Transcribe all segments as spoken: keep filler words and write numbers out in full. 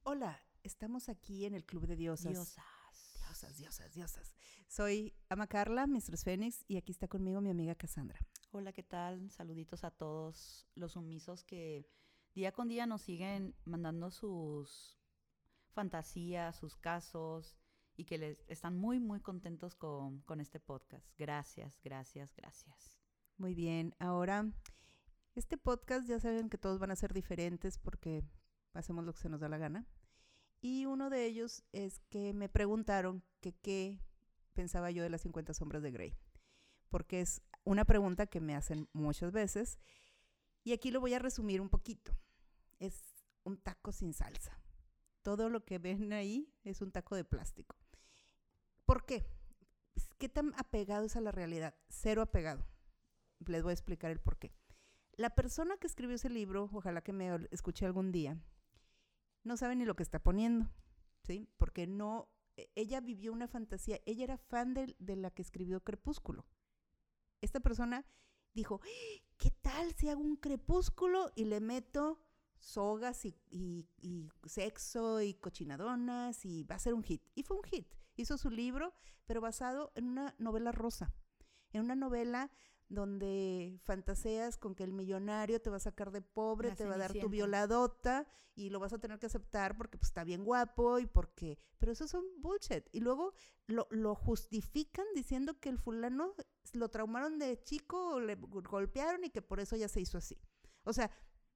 Hola, estamos aquí en el Club de Diosas. Diosas. Diosas, diosas, diosas. Soy Ama Carla, Mistress Fénix, y aquí está conmigo mi amiga Cassandra. Hola, ¿qué tal? Saluditos a todos los sumisos que día con día nos siguen mandando sus fantasías, sus casos y que les están muy, muy contentos con, con este podcast. Gracias, gracias, gracias. Muy bien, ahora este podcast ya saben que todos van a ser diferentes porque hacemos lo que se nos da la gana. Y uno de ellos es que me preguntaron que qué pensaba yo de las cincuenta sombras de Grey. Porque es una pregunta que me hacen muchas veces. Y aquí lo voy a resumir un poquito. Es un taco sin salsa. Todo lo que ven ahí es un taco de plástico. ¿Por qué? ¿Qué tan apegado es a la realidad? Cero apegado. Les voy a explicar el por qué. La persona que escribió ese libro, ojalá que me escuche algún día, no sabe ni lo que está poniendo, ¿sí? Porque no, ella vivió una fantasía, ella era fan de, de la que escribió Crepúsculo. Esta persona dijo, ¿qué tal si hago un Crepúsculo y le meto sogas y, y, y sexo y cochinadonas y va a ser un hit? Y fue un hit. Hizo su libro, pero basado en una novela rosa, en una novela donde fantaseas con que el millonario te va a sacar de pobre, La te va a dar tu Cenicienta. violadota y lo vas a tener que aceptar porque pues, está bien guapo y porque... Pero eso es un bullshit. Y luego lo, lo justifican diciendo que el fulano lo traumaron de chico o le golpearon y que por eso ya se hizo así. O sea,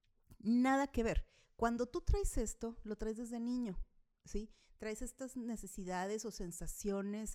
nada que ver. Cuando tú traes esto, lo traes desde niño, ¿sí? Traes estas necesidades o sensaciones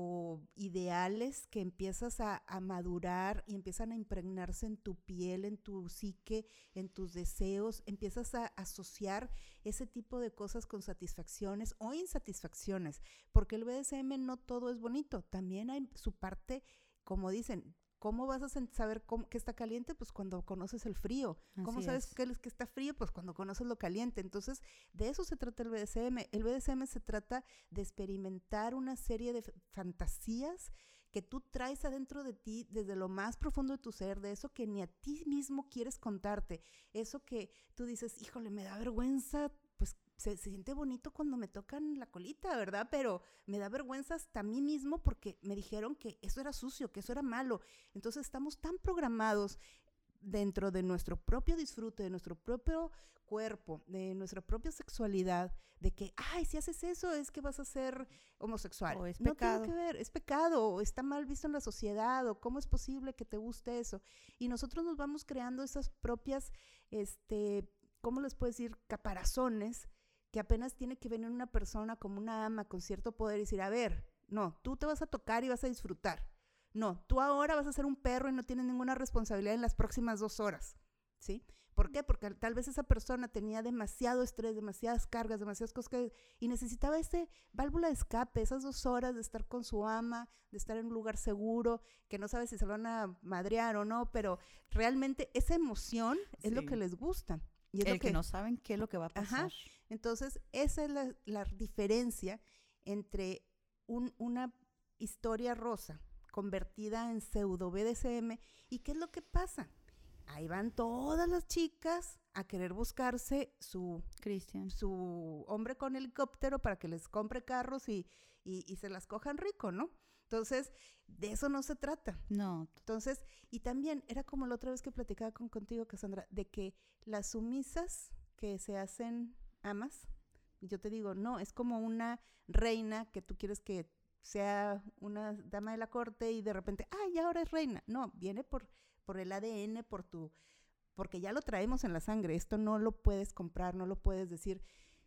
o ideales que empiezas a, a madurar y empiezan a impregnarse en tu piel, en tu psique, en tus deseos, empiezas a asociar ese tipo de cosas con satisfacciones o insatisfacciones, porque el B D S M no todo es bonito, también hay su parte, como dicen, ¿cómo vas a saber cómo, que está caliente? Pues cuando conoces el frío. ¿Cómo Así sabes es. que, es, que está frío? Pues cuando conoces lo caliente. Entonces, de eso se trata el B D S M. El B D S M se trata de experimentar una serie de f- fantasías que tú traes adentro de ti desde lo más profundo de tu ser, de eso que ni a ti mismo quieres contarte, eso que tú dices, híjole, me da vergüenza, pues se, se siente bonito cuando me tocan la colita, ¿verdad? Pero me da vergüenza hasta a mí mismo porque me dijeron que eso era sucio, que eso era malo. Entonces estamos tan programados dentro de nuestro propio disfrute, de nuestro propio cuerpo, de nuestra propia sexualidad, de que, ay, si haces eso es que vas a ser homosexual. O es No pecado. tiene que ver, es pecado, o está mal visto en la sociedad, o cómo es posible que te guste eso. Y nosotros nos vamos creando esas propias, este, ¿cómo les puedo decir? Caparazones, que apenas tiene que venir una persona como una ama con cierto poder y decir, a ver, no, tú te vas a tocar y vas a disfrutar. No, tú ahora vas a ser un perro y no tienes ninguna responsabilidad en las próximas dos horas, ¿sí? ¿Por qué? Porque tal vez esa persona tenía demasiado estrés, demasiadas cargas, demasiadas cosas que... Y necesitaba ese válvula de escape, esas dos horas de estar con su ama, de estar en un lugar seguro, que no sabe si se lo van a madrear o no, pero realmente esa emoción es Sí. lo que les gusta. Y es El lo que, que no saben qué es lo que va a pasar. Ajá. Entonces, esa es la, la diferencia entre un, una historia rosa convertida en pseudo B D S M. ¿Y qué es lo que pasa? Ahí van todas las chicas a querer buscarse su, Cristian. su hombre con helicóptero para que les compre carros y, y, y se las cojan rico, ¿no? Entonces, de eso no se trata. No. Entonces, y también era como la otra vez que platicaba con, contigo, Cassandra, de que las sumisas que se hacen amas, yo te digo, no, es como una reina que tú quieres que sea una dama de la corte y de repente, ay, ahora es reina. No, viene por, por el A D N, por tu, porque ya lo traemos en la sangre. Esto no lo puedes comprar, no lo puedes decir,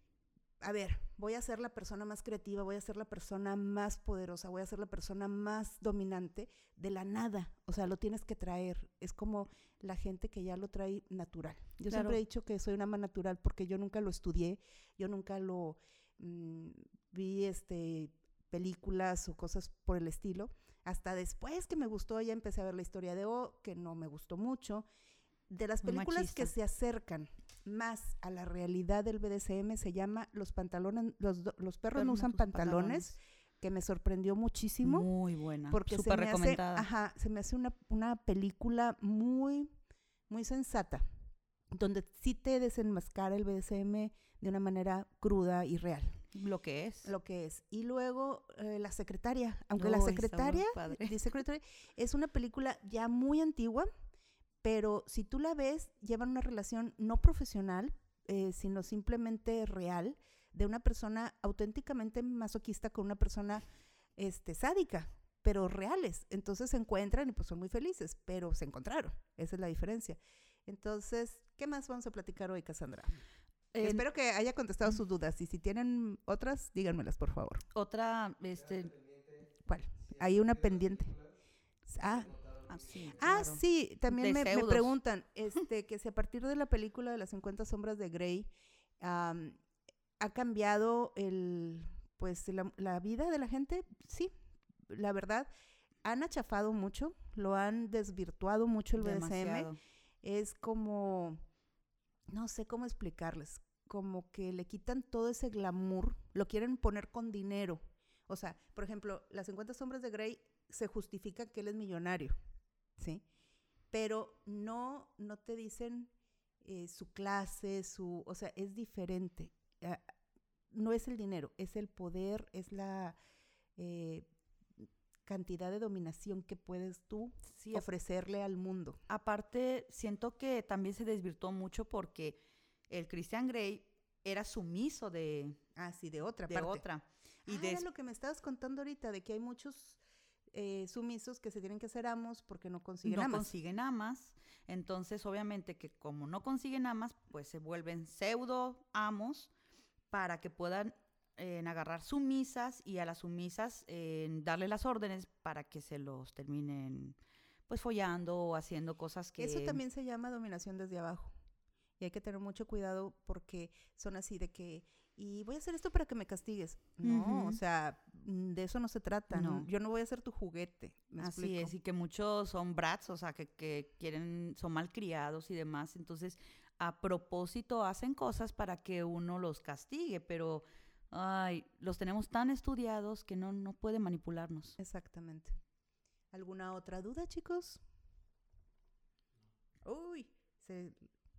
a ver, voy a ser la persona más creativa, voy a ser la persona más poderosa, voy a ser la persona más dominante de la nada. O sea, lo tienes que traer. Es como la gente que ya lo trae natural. Yo Claro. siempre he dicho que soy una ama natural porque yo nunca lo estudié, yo nunca lo mmm, vi este, películas o cosas por el estilo. Hasta después que me gustó, ya empecé a ver la historia de O, que no me gustó mucho. De las Muy películas machista. que se acercan más a la realidad del B D S M se llama Los pantalones, los, do- los perros Pero no no usan tus pantalones, que me sorprendió muchísimo Muy buena. porque se Súper me hace, recomendada. ajá, se me hace una, una película muy, muy sensata. donde sí te desenmascara el B D S M de una manera cruda y real. Lo que es. Lo que es. Y luego eh, La Secretaria. Aunque Oh, La está muy Secretaria, padre. The Secretary, es una película ya muy antigua, pero si tú la ves, llevan una relación no profesional, eh, sino simplemente real, de una persona auténticamente masoquista con una persona este, sádica, pero reales. Entonces se encuentran y pues son muy felices, pero se encontraron. Esa es la diferencia. Entonces, ¿qué más vamos a platicar hoy, Cassandra? Eh, Espero que haya contestado sus dudas y si tienen otras, díganmelas, por favor. Otra, este... ¿Cuál? Hay una pendiente. Ah, Ah, sí, ah, claro. sí, también De me, me pseudos. preguntan este, que si a partir de la película de las cincuenta sombras de Grey um, ha cambiado el, pues, la, la vida de la gente. Sí, la verdad, han achafado mucho, lo han desvirtuado mucho el B D S M. Demasiado. Es como, no sé cómo explicarles, como que le quitan todo ese glamour, lo quieren poner con dinero. O sea, por ejemplo, las cincuenta sombras de Grey se justifica que él es millonario, ¿sí? Pero no, no te dicen eh, su clase, su, o sea, es diferente. Uh, no es el dinero, es el poder, es la eh, cantidad de dominación que puedes tú Sí, ofrecerle al mundo. aparte, siento que también se desvirtuó mucho porque el Christian Grey era sumiso de, Ah, sí, de otra de parte. otra. Y ah, des- era lo que me estabas contando ahorita, de que hay muchos eh, sumisos que se tienen que hacer amos porque no consiguen no amas. consiguen amas. Entonces, obviamente que como no consiguen amas, pues se vuelven pseudo amos para que puedan eh, agarrar sumisas y a las sumisas eh, darle las órdenes para que se los terminen pues follando o haciendo cosas que... Eso también se llama dominación desde abajo. Y hay que tener mucho cuidado porque son así de que, y voy a hacer esto para que me castigues. No, Ujú. o sea, mm, de eso no se trata. No. Yo no voy a ser tu juguete. ¿Me Así explico? es, y que muchos son brats, o sea, que, que quieren, son malcriados y demás. Entonces, a propósito hacen cosas para que uno los castigue, pero ay, los tenemos tan estudiados que no, no puede manipularnos. Exactamente. ¿Alguna otra duda, chicos? Uy, se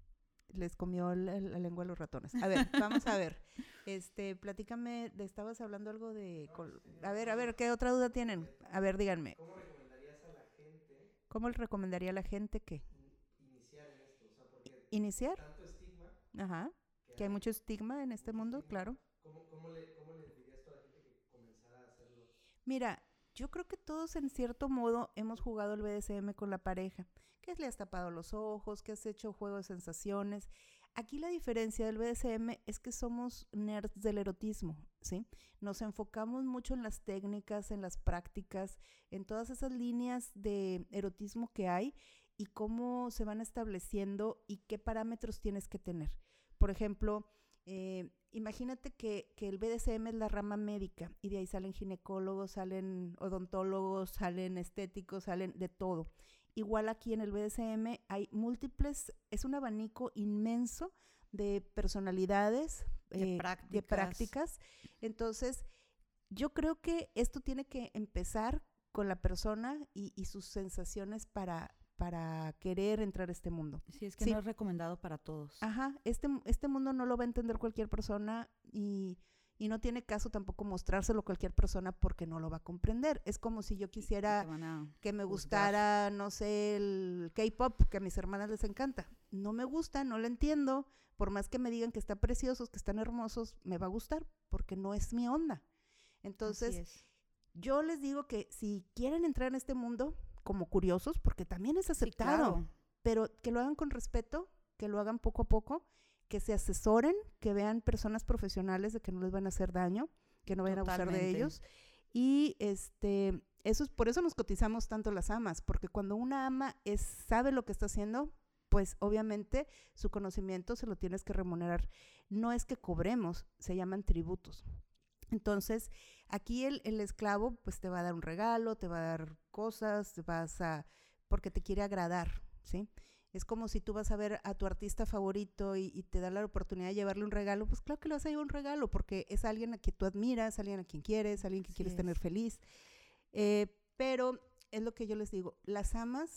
les comió la, la lengua a los ratones. A ver, vamos a ver. Este, platícame, de, estabas hablando algo de... col- a ver, a ver, ¿qué otra duda tienen? A ver, díganme. ¿Cómo recomendarías a la gente ¿Cómo le recomendaría a la gente que in- iniciar en esto? O sea, porque iniciar? tanto estigma Ajá. que Que hay hay, mucho estigma en este mucho mundo, estigma, claro. ¿cómo, cómo, le, ¿cómo le dirías tú a la gente que comenzara a hacerlo? Mira, yo creo que todos en cierto modo hemos jugado el B D S M con la pareja, que le has tapado los ojos, que has hecho juego de sensaciones. Aquí la diferencia del B D S M es que somos nerds del erotismo, ¿sí? Nos enfocamos mucho en las técnicas, en las prácticas, en todas esas líneas de erotismo que hay y cómo se van estableciendo y qué parámetros tienes que tener. Por ejemplo, eh, imagínate que, que el B D S M es la rama médica y de ahí salen ginecólogos, salen odontólogos, salen estéticos, salen de todo. Igual aquí en el B D S M hay múltiples, es un abanico inmenso de personalidades, De eh, prácticas. de prácticas. Entonces, yo creo que esto tiene que empezar con la persona y, y sus sensaciones para, para querer entrar a este mundo. Sí, es que Sí. no es recomendado para todos. Ajá, este, este mundo no lo va a entender cualquier persona y, y no tiene caso tampoco mostrárselo a cualquier persona porque no lo va a comprender. Es como si yo Y quisiera te van a que me juzgar. gustara, no sé, el K-pop, que a mis hermanas les encanta. No me gusta, no lo entiendo. Por más que me digan que están preciosos, que están hermosos, me va a gustar porque no es mi onda. Entonces, Así es. yo les digo que si quieren entrar en este mundo como curiosos, porque también es Sí, aceptado, claro. pero que lo hagan con respeto, que lo hagan poco a poco, que se asesoren, que vean personas profesionales de que no les van a hacer daño, que no vayan a abusar de Totalmente. ellos. Y este, eso es, por eso nos cotizamos tanto las amas, porque cuando una ama es, sabe lo que está haciendo, pues obviamente su conocimiento se lo tienes que remunerar. No es que cobremos, se llaman tributos. Entonces, aquí el, el esclavo pues te va a dar un regalo, te va a dar cosas, te vas a, porque te quiere agradar, ¿sí? Es como si tú vas a ver a tu artista favorito y, y te da la oportunidad de llevarle un regalo, pues claro que le vas a llevar un regalo porque es alguien a quien tú admiras, alguien a quien quieres, alguien que Así quieres es. tener feliz. Eh, pero es lo que yo les digo, las amas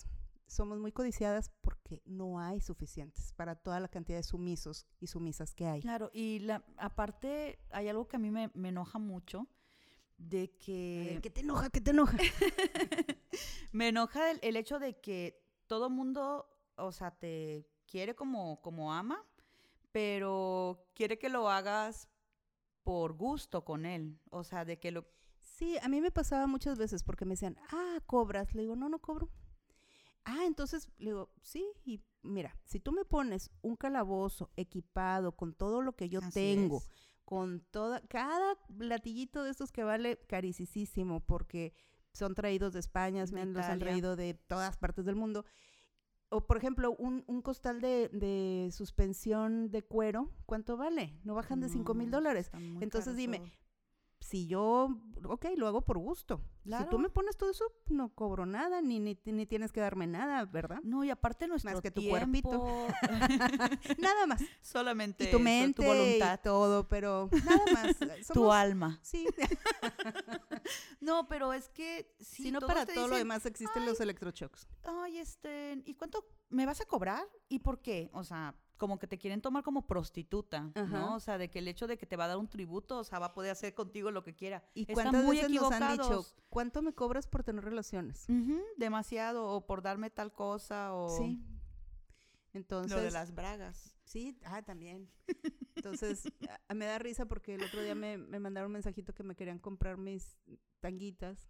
somos muy codiciadas porque no hay suficientes para toda la cantidad de sumisos y sumisas que hay. Claro, y la, aparte hay algo que a mí me, me enoja mucho, de que... A ver, ¿qué te enoja? ¿Qué te enoja? Me enoja el, el hecho de que todo mundo, o sea, te quiere como, como ama, pero quiere que lo hagas por gusto con él. O sea, de que lo... Sí, a mí me pasaba muchas veces porque me decían, ah, ¿cobras? Le digo, no, no cobro. Ah, entonces, le digo, sí, y mira, si tú me pones un calabozo equipado con todo lo que yo Así tengo, es. con toda, cada latillito de estos que vale carísimo porque son traídos de España, De me han- los han Italia. traído de todas partes del mundo. O, por ejemplo, un, un costal de, de suspensión de cuero, ¿cuánto vale? No bajan de cinco mil No, dólares. están muy Entonces caros dime, todos. si yo, ok, lo hago por gusto. Si tú Claro. me pones todo eso, no cobro nada, ni, ni, ni tienes que darme nada, ¿verdad? No, y aparte nuestro que tu tiempo, cuerpito. Nada más. solamente Y tu eso, mente tu voluntad, y todo, pero nada más. tu Somos- alma. Sí, No, pero es que sí, si no, todos para te todo lo dicen, demás existen los electroshocks. ay, este, ¿y cuánto me vas a cobrar? ¿Y por qué? O sea, como que te quieren tomar como prostituta, Ajá. ¿no? O sea, de que el hecho de que te va a dar un tributo, o sea, va a poder hacer contigo lo que quiera. ¿Y Están cuántas muy veces nos han dicho, equivocados. cuánto me cobras por tener relaciones? Ujú, demasiado, o por darme tal cosa, o Sí. Entonces, lo de las bragas. sí, ah, también. Entonces, a- me da risa porque el otro día me, me mandaron un mensajito que me querían comprar mis tanguitas.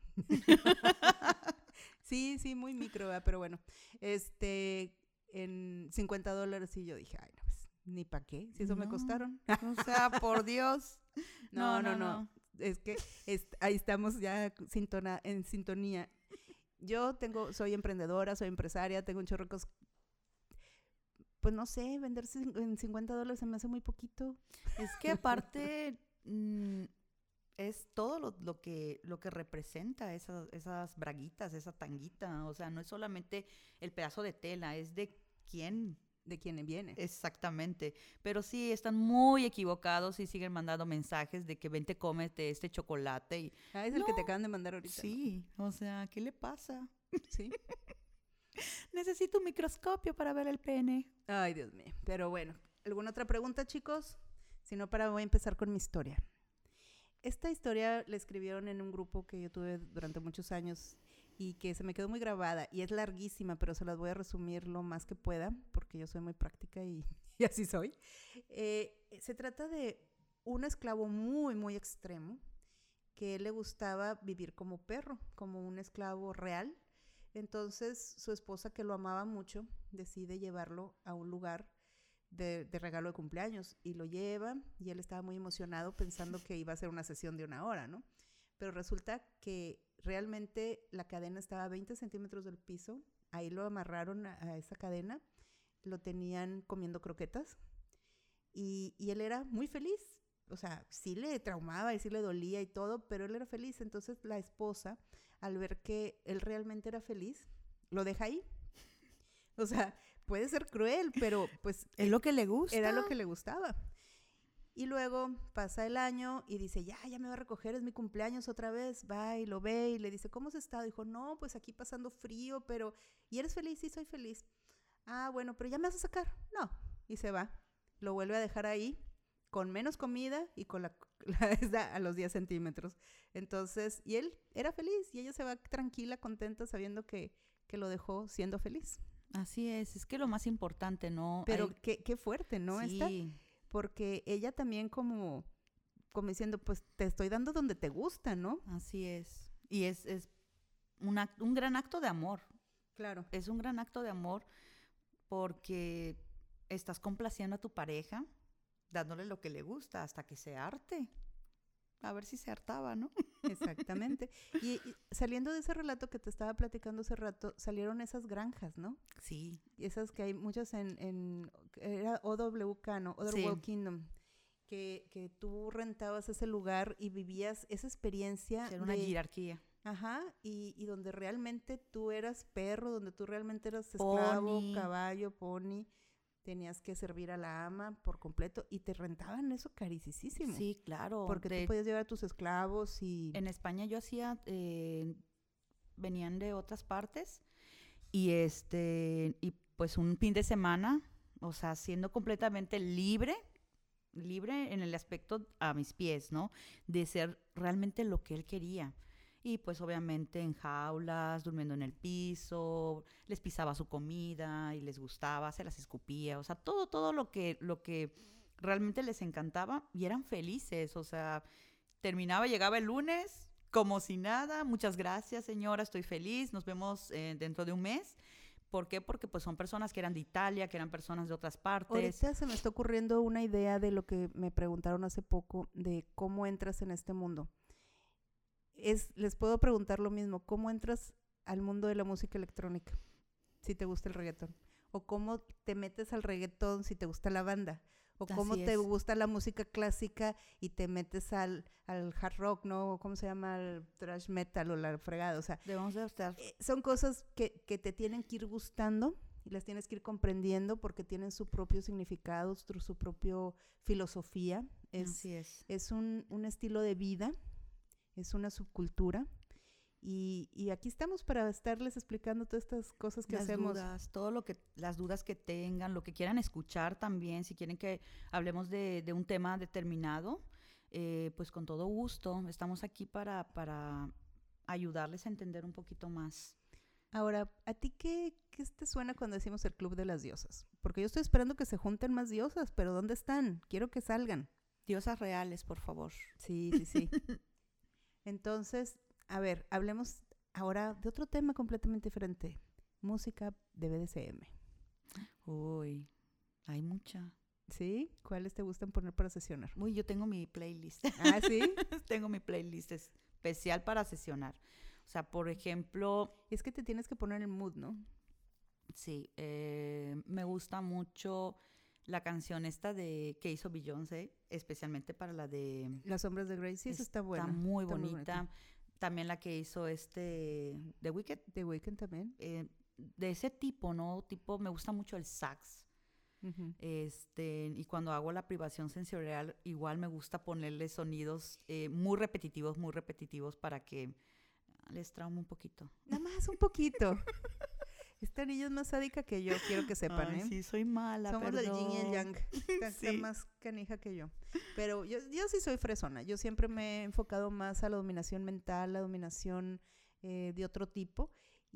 Sí, sí, muy micro, ¿verdad? Pero bueno, este, en cincuenta dólares y yo dije, ay, no, pues, ni para qué, si eso me No. costaron. O sea, por Dios. No, no, no. Es que es- ahí estamos ya sintona- en sintonía. Yo tengo, soy emprendedora, soy empresaria, tengo un chorro de cosas. Pues no sé, vender cin- en cincuenta dólares se me hace muy poquito. Es que aparte mm, es todo lo, lo que lo que representa esas, esas braguitas, esa tanguita. O sea, no es solamente el pedazo de tela, es de quién De quién viene. exactamente. Pero sí, están muy equivocados y siguen mandando mensajes de que vente, cómete este chocolate. Y, Ah, es el que te No. acaban de mandar ahorita. ¿no? sí, o sea, ¿qué le pasa? Sí. Necesito un microscopio para ver el pene. Ay, Dios mío. Pero bueno, ¿alguna otra pregunta, chicos? Si no, para voy a empezar con mi historia. Esta historia la escribieron en un grupo que yo tuve durante muchos años y que se me quedó muy grabada y es larguísima, pero se las voy a resumir lo más que pueda porque yo soy muy práctica y, y así soy. Eh, se trata de un esclavo muy, muy extremo que le gustaba vivir como perro, como un esclavo real. Entonces su esposa, que lo amaba mucho, decide llevarlo a un lugar de, de regalo de cumpleaños y lo lleva y él estaba muy emocionado pensando que iba a ser una sesión de una hora, ¿no? Pero resulta que realmente la cadena estaba a veinte centímetros del piso, ahí lo amarraron a, a esa cadena, lo tenían comiendo croquetas y, y él era muy feliz. O sea, sí le traumaba y sí le dolía y todo, pero él era feliz. Entonces la esposa, al ver que él realmente era feliz, lo deja ahí. O sea, puede ser cruel, pero pues Es lo que le gusta. era lo que le gustaba. Y luego pasa el año y dice, ya, ya me va a recoger, es mi cumpleaños otra vez. Va y lo ve y le dice, ¿cómo has estado? Dijo, no, pues aquí pasando frío, pero... ¿Y eres feliz? Sí, soy feliz. Ah, bueno, pero ya me vas a sacar. No. Y se va. Lo vuelve a dejar ahí con menos comida y con la, la esa a los diez centímetros. Entonces, y él era feliz y ella se va tranquila, contenta, sabiendo que, que lo dejó siendo feliz. Así es, es que lo más importante, ¿no? Pero Hay- qué, qué fuerte, ¿no? Esta, sí, porque ella también como, como diciendo, pues te estoy dando donde te gusta, ¿no? así es. Y es, es un, ac- un gran acto de amor. Claro. Es un gran acto de amor porque estás complaciendo a tu pareja, dándole lo que le gusta hasta que se harte. A ver si se hartaba, ¿no? Exactamente. Y, y saliendo de ese relato que te estaba platicando hace rato, salieron esas granjas, ¿no? Sí. Esas que hay muchas en, en era O W K, ¿no? Other Sí. World Kingdom. Que, que tú rentabas ese lugar y vivías esa experiencia. Era una de- jerarquía. Ajá, y, y donde realmente tú eras perro, donde tú realmente eras esclavo, Pony. caballo, pony, tenías que servir a la ama por completo y te rentaban eso carísimo. Sí, claro. Porque De- tú podías llevar a tus esclavos y... En España yo hacía, eh, venían de otras partes Y este, y pues un fin de semana, o sea, siendo completamente libre, libre en el aspecto a mis pies, ¿no? De ser realmente lo que él quería. Y pues obviamente en jaulas, durmiendo en el piso, les pisaba su comida y les gustaba, se las escupía, o sea, todo, todo lo que, lo que realmente les encantaba y eran felices, o sea, terminaba, llegaba el lunes como si nada, muchas gracias señora, estoy feliz, nos vemos eh, dentro de un mes. ¿Por qué? Porque pues son personas que eran de Italia, que eran personas de otras partes. Ahorita se me está ocurriendo una idea de lo que me preguntaron hace poco, de cómo entras en este mundo. Es, les puedo preguntar lo mismo, ¿cómo entras al mundo de la música electrónica si te gusta el reggaetón? ¿O cómo te metes al reggaetón si te gusta la banda? ¿O cómo Así te es. gusta la música clásica y te metes al, al hard rock, ¿no? ¿Cómo se llama? El thrash metal o la fregada. O sea, Debemos de estar... eh, son cosas que, que te tienen que ir gustando y las tienes que ir comprendiendo porque tienen su propio significado, su, su propio filosofía. Es, Así es. es un, un estilo de vida, es una subcultura. Y, y aquí estamos para estarles explicando todas estas cosas que Las hacemos. dudas, todo lo que, las dudas que tengan, lo que quieran escuchar también, si quieren que hablemos de, de un tema determinado, eh, pues con todo gusto, estamos aquí para, para ayudarles a entender un poquito más. Ahora, ¿a ti qué, qué te suena cuando decimos el Club de las Diosas? Porque yo estoy esperando que se junten más diosas, pero ¿dónde están? Quiero que salgan. Diosas reales, por favor. Sí, sí, sí. Entonces, a ver, hablemos ahora de otro tema completamente diferente. Música de B D S M. Uy, hay mucha. ¿Sí? ¿Cuáles te gustan poner para sesionar? Uy, yo tengo mi playlist. Ah, ¿sí? Tengo mi playlist especial para sesionar. O sea, por ejemplo... Es que te tienes que poner en el mood, ¿no? Sí, eh, me gusta mucho la canción esta de que hizo Beyoncé, especialmente para la de... Las Sombras de Grey, sí, esa está buena. Está muy está muy bonita. bonita. También la que hizo este The Weeknd. The Weeknd también. Eh, de ese tipo, ¿no? Tipo, me gusta mucho el sax. Uh-huh. Este, y cuando hago la privación sensorial, igual me gusta ponerle sonidos eh, muy repetitivos, muy repetitivos para que les traume un poquito. Nada más un poquito. Esta niña es más sádica que yo, quiero que sepan, Ay, ¿eh? sí, soy mala, Somos del yin y el perdón. yang. Está, está Sí. más canija que yo. Pero yo, yo sí soy fresona. Yo siempre me he enfocado más a la dominación mental, la dominación eh, de otro tipo.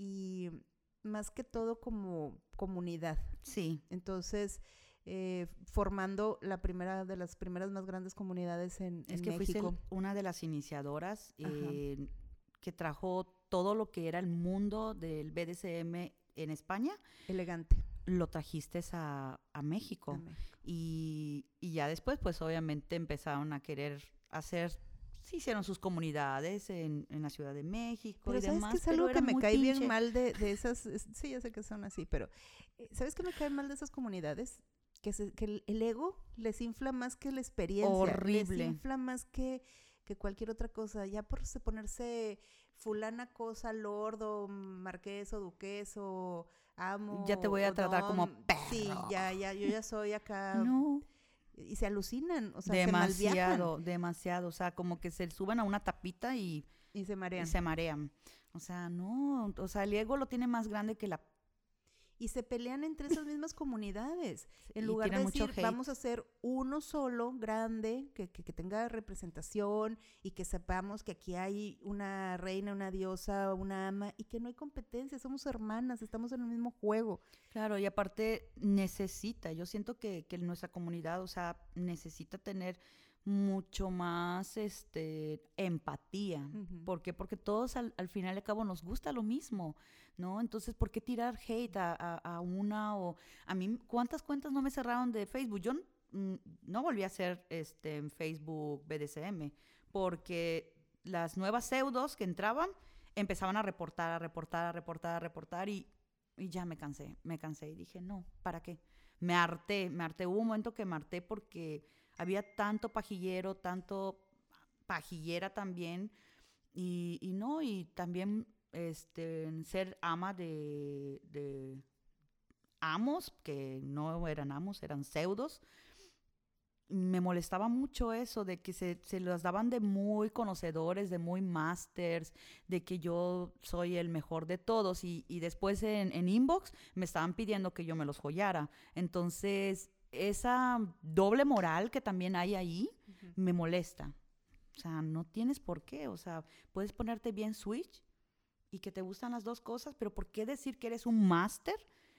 Y más que todo como comunidad. Sí, Entonces, eh, formando la primera de las primeras más grandes comunidades en, es en que fuiste México. el- una de las iniciadoras Ajá. eh, que trajo todo lo que era el mundo del B D S M en España, Elegante. lo trajiste a, a México. a México. Y, y ya después, pues obviamente empezaron a querer hacer, sí hicieron sus comunidades en, en la Ciudad de México Pero y ¿sabes demás. qué es pero algo que era me muy cae bien pinche. mal de, de esas? es- sí, ya sé que son así, pero eh, ¿sabes qué me cae mal de esas comunidades? Que, se- que el, el ego les infla más que la experiencia. Horrible. Les infla más que, que cualquier otra cosa. Ya por se- ponerse fulana cosa, lord o marqués o duqués o amo. Ya te voy a o tratar como dom. Sí, perro. ya, ya, yo ya soy acá. No, Y se alucinan, o sea, se malviajan demasiado, demasiado. O sea, como que se suben a una tapita y, y se y marean. se marean. O sea, no, o sea, el ego lo tiene más grande que la... Y se pelean entre esas mismas comunidades. En y lugar de tienen mucho decir, hate. vamos a hacer uno solo, grande, que, que, que tenga representación y que sepamos que aquí hay una reina, una diosa, una ama y que no hay competencia, somos hermanas, estamos en el mismo juego. Claro, y aparte necesita, yo siento que, que nuestra comunidad, o sea, necesita tener mucho más este empatía. Ujú. ¿Por qué? Porque todos al, al final y al cabo nos gusta lo mismo, ¿no? Entonces, ¿por qué tirar hate a, a, a una o a mí? ¿Cuántas cuentas no me cerraron de Facebook? Yo mm, no volví a hacer este en Facebook B D S M porque las nuevas pseudos que entraban empezaban a reportar, a reportar, a reportar, a reportar y, y ya me cansé, me cansé y dije, no, ¿para qué? Me harté, me harté. Hubo un momento que me harté porque había tanto pajillero, tanto pajillera también, y, y no, y también este, ser ama de, de amos, que no eran amos, eran pseudos, me molestaba mucho eso, de que se, se las daban de muy conocedores, de muy masters, de que yo soy el mejor de todos, y, y después en, en inbox me estaban pidiendo que yo me los joyara. Entonces, esa doble moral que también hay ahí, uh-huh, me molesta. O sea, no tienes por qué. O sea, puedes ponerte bien switch y que te gustan las dos cosas, pero ¿por qué decir que eres un máster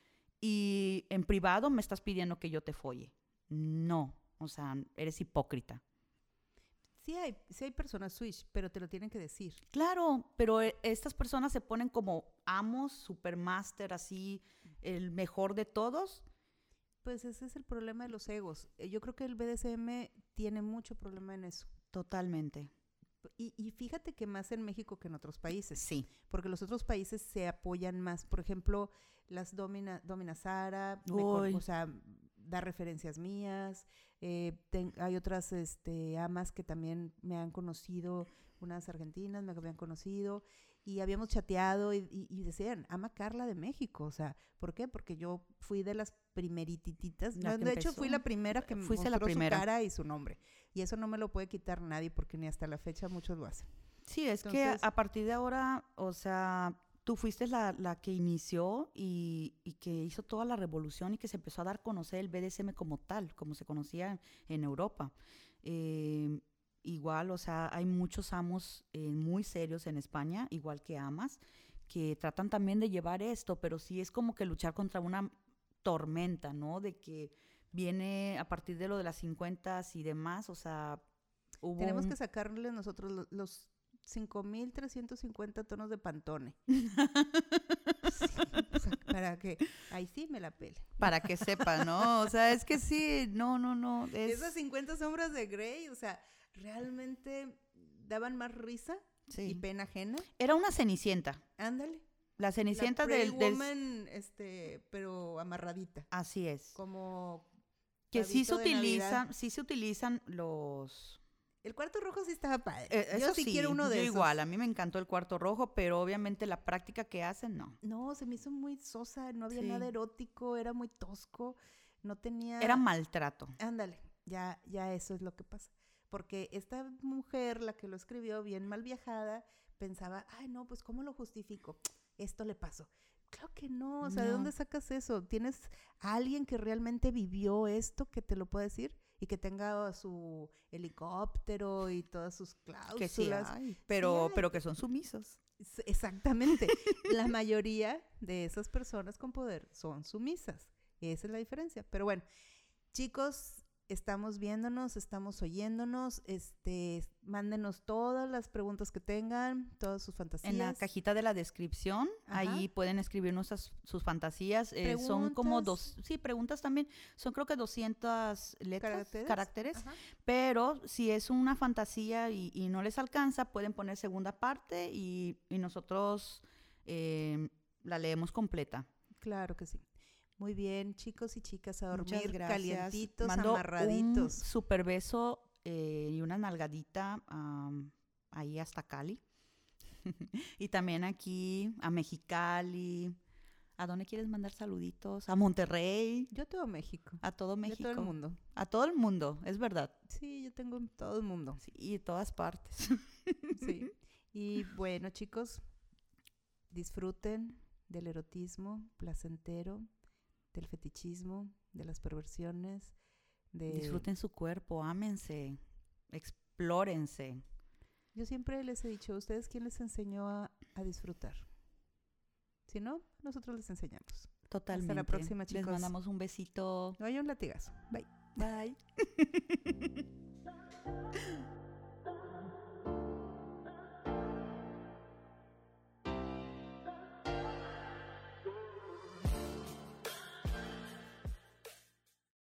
y en privado me estás pidiendo que yo te folle? No. O sea, eres hipócrita. Sí hay, sí hay personas switch, pero te lo tienen que decir. Claro, pero estas personas se ponen como amos, supermaster, así, el mejor de todos. Pues ese es el problema de los egos. Yo creo que el B D S M tiene mucho problema en eso. Totalmente. Y, y fíjate que más en México que en otros países. Sí. Porque los otros países se apoyan más. Por ejemplo, las Domina, Domina Sara, me, o sea, da referencias mías. Eh, ten, hay otras este, amas que también me han conocido, unas argentinas me habían conocido, y habíamos chateado y, y, y decían, ama Carla de México. O sea, ¿por qué? Porque yo fui de las primeritititas. No, de hecho, fui la primera que Fuiste mostró la primera. su cara y su nombre. Y eso no me lo puede quitar nadie, porque ni hasta la fecha muchos lo hacen. Sí, es Entonces, que a partir de ahora, o sea, tú fuiste la, la que inició y, y que hizo toda la revolución y que se empezó a dar a conocer el B D S M como tal, como se conocía en, en Europa. Eh, igual, o sea, hay muchos amos eh, muy serios en España, igual que amas, que tratan también de llevar esto, pero sí es como que luchar contra una tormenta, ¿no? De que viene a partir de lo de las cincuenta y demás, o sea, hubo Tenemos un... que sacarle nosotros los... los cinco mil trescientos cincuenta tonos de Pantone. Sí, o sea, para que ahí sí me la pele. Para que sepa, ¿no? O sea, es que sí, no, no, no. Es... Esas cincuenta sombras de Grey, o sea, realmente daban más risa sí. y pena ajena. Era una cenicienta. Ándale. La cenicienta la del, del... woman, este, pero amarradita. Así es. Como que sí se utilizan, sí se utilizan los... El cuarto rojo sí estaba padre. Eh, yo sí, sí quiero uno de yo esos. igual, a mí me encantó el cuarto rojo, pero obviamente la práctica que hacen, no. No, se me hizo muy sosa, no había sí. nada erótico, era muy tosco, no tenía... Era maltrato. Ándale, ya, ya eso es lo que pasa. Porque esta mujer, la que lo escribió, bien mal viajada, pensaba, ay no, pues ¿cómo lo justifico? Esto le pasó. Claro que no, o sea, no. ¿De dónde sacas eso? ¿Tienes a alguien que realmente vivió esto que te lo puede decir? Y que tenga su helicóptero y todas sus cláusulas. Que sí hay, pero, sí hay. Pero que son sumisos. Exactamente. La mayoría de esas personas con poder son sumisas. Esa es la diferencia. Pero bueno, chicos, estamos viéndonos, estamos oyéndonos. Este, mándenos todas las preguntas que tengan, todas sus fantasías. En la cajita de la descripción, Ajá. ahí pueden escribirnos sus, sus fantasías. Eh, son como dos, sí, preguntas también. Son creo que doscientas letras, caracteres. caracteres pero si es una fantasía y, y no les alcanza, pueden poner segunda parte y, y nosotros eh, la leemos completa. Claro que sí. Muy bien, chicos y chicas, a dormir Muchas gracias. Calientitos, Mando amarraditos. Un super beso eh, y una nalgadita um, ahí hasta Cali. Y también aquí a Mexicali. ¿A dónde quieres mandar saluditos? A Monterrey. Yo tengo México. A todo México. A todo el mundo. A todo el mundo, es verdad. Sí, yo tengo todo el mundo. Sí, y de todas partes. Sí. Y bueno, chicos, disfruten del erotismo placentero, del fetichismo, de las perversiones. De... Disfruten su cuerpo, ámense, explórense. Yo siempre les he dicho, ¿ustedes quién les enseñó a, a disfrutar? Si no, nosotros les enseñamos. Totalmente. Hasta la próxima, chicos. Les mandamos un besito. No hay un latigazo. Bye. Bye.